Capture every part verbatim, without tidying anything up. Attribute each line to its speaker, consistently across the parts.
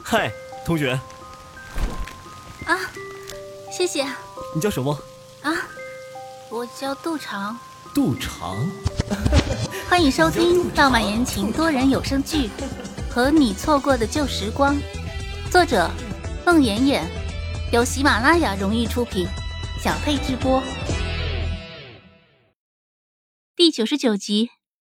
Speaker 1: 嗨，同学。
Speaker 2: 啊，谢谢。
Speaker 1: 你叫什么？
Speaker 2: 啊，我叫杜长。
Speaker 1: 杜长。
Speaker 2: 欢迎收听浪漫言情多人有声剧《和你错过的旧时光》，作者孟妍妍，由喜马拉雅荣誉出品，小佩制播。第九十九集。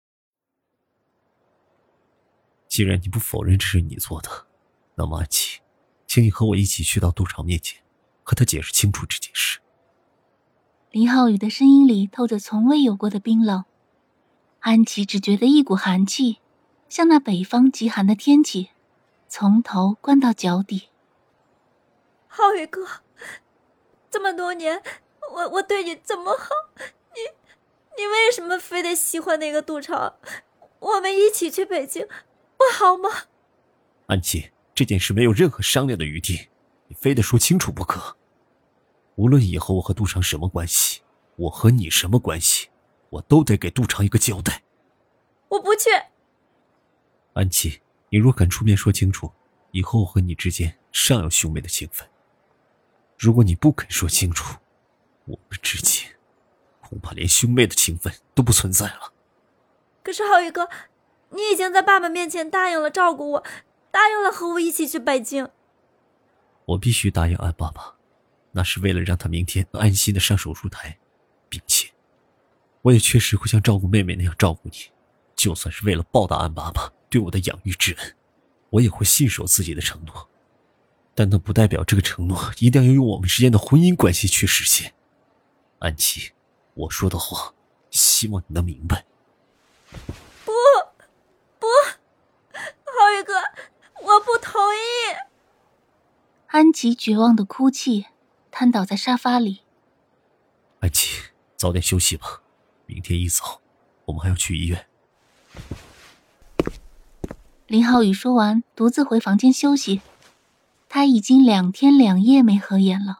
Speaker 1: 既然你不否认这是你做的，那么安琪，请你和我一起去到杜长面前，和他解释清楚这件事。
Speaker 2: 林浩宇的声音里透着从未有过的冰冷，安琪只觉得一股寒气，像那北方极寒的天气，从头灌到脚底。
Speaker 3: 浩宇哥，这么多年，我我对你这么好，你你为什么非得喜欢那个杜长？我们一起去北京，不好吗？
Speaker 1: 安琪，这件事没有任何商量的余地，你非得说清楚不可。无论以后我和杜长什么关系，我和你什么关系，我都得给杜长一个交代。
Speaker 3: 我不去。
Speaker 1: 安琪，你若敢出面说清楚，以后我和你之间尚有兄妹的情分。如果你不肯说清楚，我们之间恐怕连兄妹的情分都不存在了。
Speaker 3: 可是浩宇哥，你已经在爸爸面前答应了照顾我，答应了和我一起去北京。
Speaker 1: 我必须答应安爸爸，那是为了让他明天安心的上手术台，并且我也确实会像照顾妹妹那样照顾你。就算是为了报答安爸爸对我的养育之恩，我也会信守自己的承诺。但那不代表这个承诺一定要用我们之间的婚姻关系去实现。安琪，我说的话希望你能明白。
Speaker 3: 不不，浩宇哥，我不同意。
Speaker 2: 安琪绝望的哭泣，瘫倒在沙发里。
Speaker 1: 安琪，早点休息吧，明天一早我们还要去医院。
Speaker 2: 林浩宇说完，独自回房间休息。他已经两天两夜没合眼了。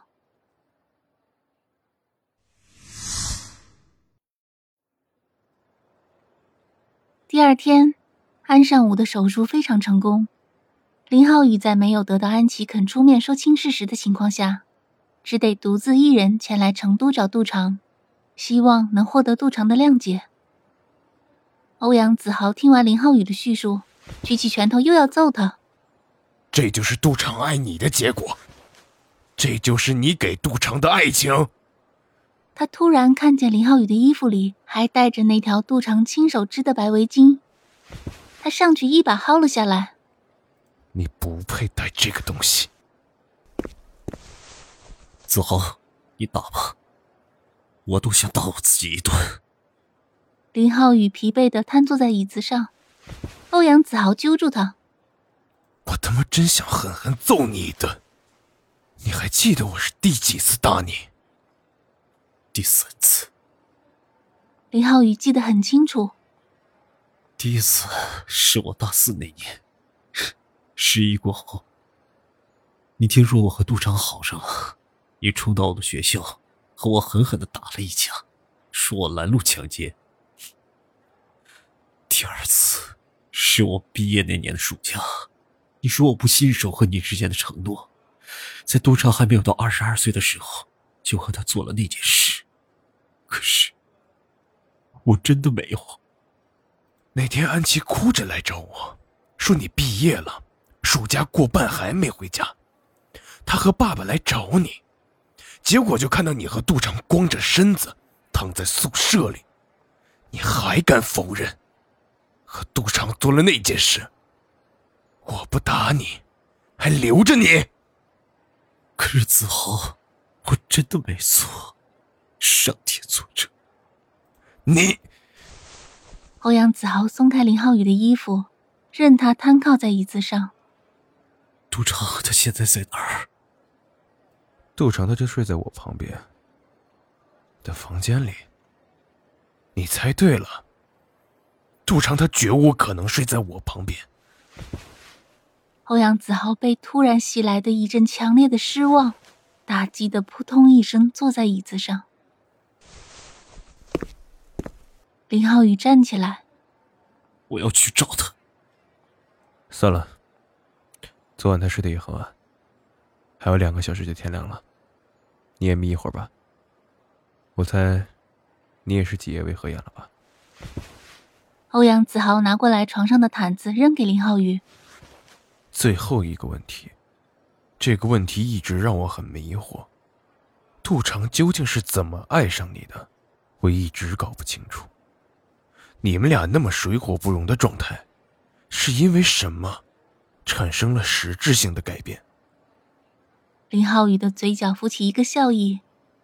Speaker 2: 第二天，安尚武的手术非常成功。林浩宇在没有得到安琪肯出面说清事实的情况下，只得独自一人前来成都找杜长，希望能获得杜长的谅解。欧阳子豪听完林浩宇的叙述，举起拳头又要揍他。
Speaker 4: 这就是杜长爱你的结果，这就是你给杜长的爱情。
Speaker 2: 他突然看见林浩宇的衣服里还带着那条杜长亲手织的白围巾，他上去一把薅了下来。
Speaker 4: 你不配戴这个东西。
Speaker 1: 子豪，你打吧，我都想打我自己一顿。
Speaker 2: 林浩宇疲惫地瘫坐在椅子上，欧阳子豪揪住他。
Speaker 4: 我他妈真想狠狠揍你一顿。你还记得我是第几次打你？
Speaker 1: 第三次。
Speaker 2: 林浩宇记得很清楚。
Speaker 1: 第一次是我大四那年，十一过后，你听说我和杜长好上了，你冲到我的学校，和我狠狠地打了一架，说我拦路抢劫。第二次是我毕业那年的暑假，你说我不信守和你之间的承诺，在杜长还没有到二十二岁的时候，就和他做了那件事。可是我真的没有。
Speaker 4: 那天安琪哭着来找我，说你毕业了，暑假过半还没回家，她和爸爸来找你，结果就看到你和杜长光着身子躺在宿舍里，你还敢否认和杜长做了那件事？我不打你，还留着你。
Speaker 1: 可是子豪，我真的没错，上天作证。
Speaker 4: 你……
Speaker 2: 欧阳子豪松开林浩宇的衣服，任他瘫靠在椅子上。
Speaker 1: 杜长他现在在哪儿？
Speaker 4: 杜长他就睡在我旁边的房间里。你猜对了，杜长他绝无可能睡在我旁边。
Speaker 2: 欧阳子豪被突然袭来的一阵强烈的失望打击得扑通一声坐在椅子上。林浩宇站起来，
Speaker 1: 我要去找他。
Speaker 4: 算了， 昨晚他睡得也很晚，还有两个小时就天亮了，你也眯一会儿吧。我猜你也是几夜未合眼了吧？
Speaker 2: 欧阳子豪拿过来床上的毯子扔给林浩宇。
Speaker 4: 最后一个问题，这个问题一直让我很迷惑，杜长究竟是怎么爱上你的，我一直搞不清楚。你们俩那么水火不容的状态，是因为什么产生了实质性的改变？
Speaker 2: 林浩宇的嘴角浮起一个笑意。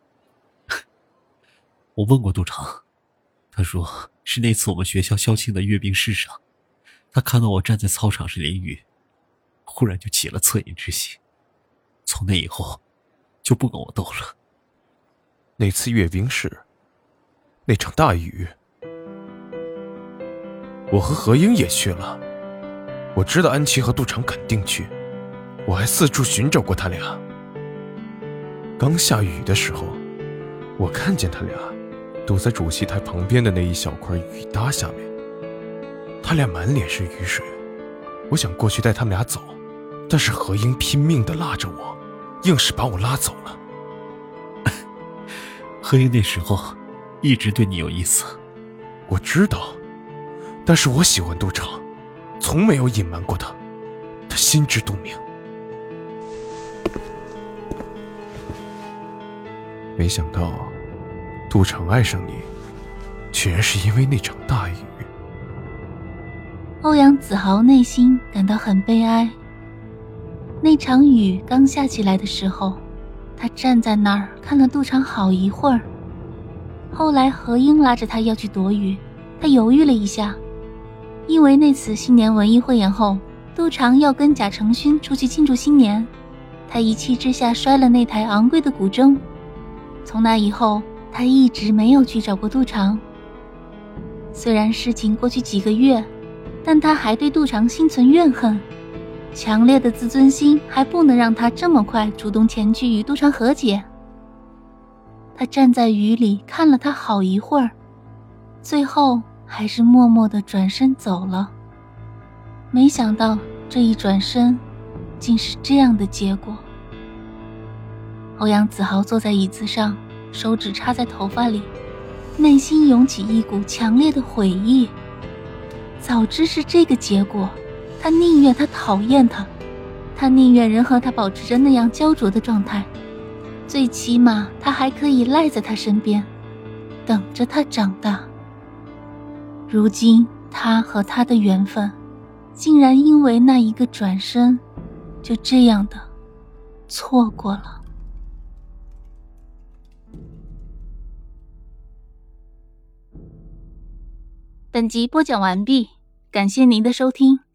Speaker 1: 我问过杜长，他说是那次我们学校校庆的阅兵式上，他看到我站在操场上淋雨，忽然就起了恻隐之心，从那以后就不跟我斗了。
Speaker 4: 那次阅兵式，那场大雨，我和何英也去了。我知道安琪和杜长肯定去，我还四处寻找过他俩。刚下雨的时候，我看见他俩躲在主席台旁边的那一小块雨搭下面，他俩满脸是雨水。我想过去带他们俩走，但是何英拼命地拉着我，硬是把我拉走了。
Speaker 1: 何英那时候一直对你有意思。
Speaker 4: 我知道，但是我喜欢杜长，从没有隐瞒过他，他心知肚明。没想到杜长爱上你，居然是因为那场大雨。
Speaker 2: 欧阳子豪内心感到很悲哀。那场雨刚下起来的时候，他站在那儿看了杜长好一会儿。后来何英拉着他要去躲雨，他犹豫了一下，因为那次新年文艺汇演后，杜长要跟贾承勋出去庆祝新年，他一气之下摔了那台昂贵的古筝。从那以后，他一直没有去找过杜长。虽然事情过去几个月，但他还对杜长心存怨恨，强烈的自尊心还不能让他这么快主动前去与杜长和解。他站在雨里看了他好一会儿，最后还是默默地转身走了。没想到这一转身竟是这样的结果。欧阳子豪坐在椅子上，手指插在头发里，内心涌起一股强烈的悔意。早知是这个结果，他宁愿他讨厌他，他宁愿人和他保持着那样焦灼的状态，最起码他还可以赖在他身边，等着他长大。如今他和他的缘分，竟然因为那一个转身，就这样的错过了。本集播讲完毕，感谢您的收听。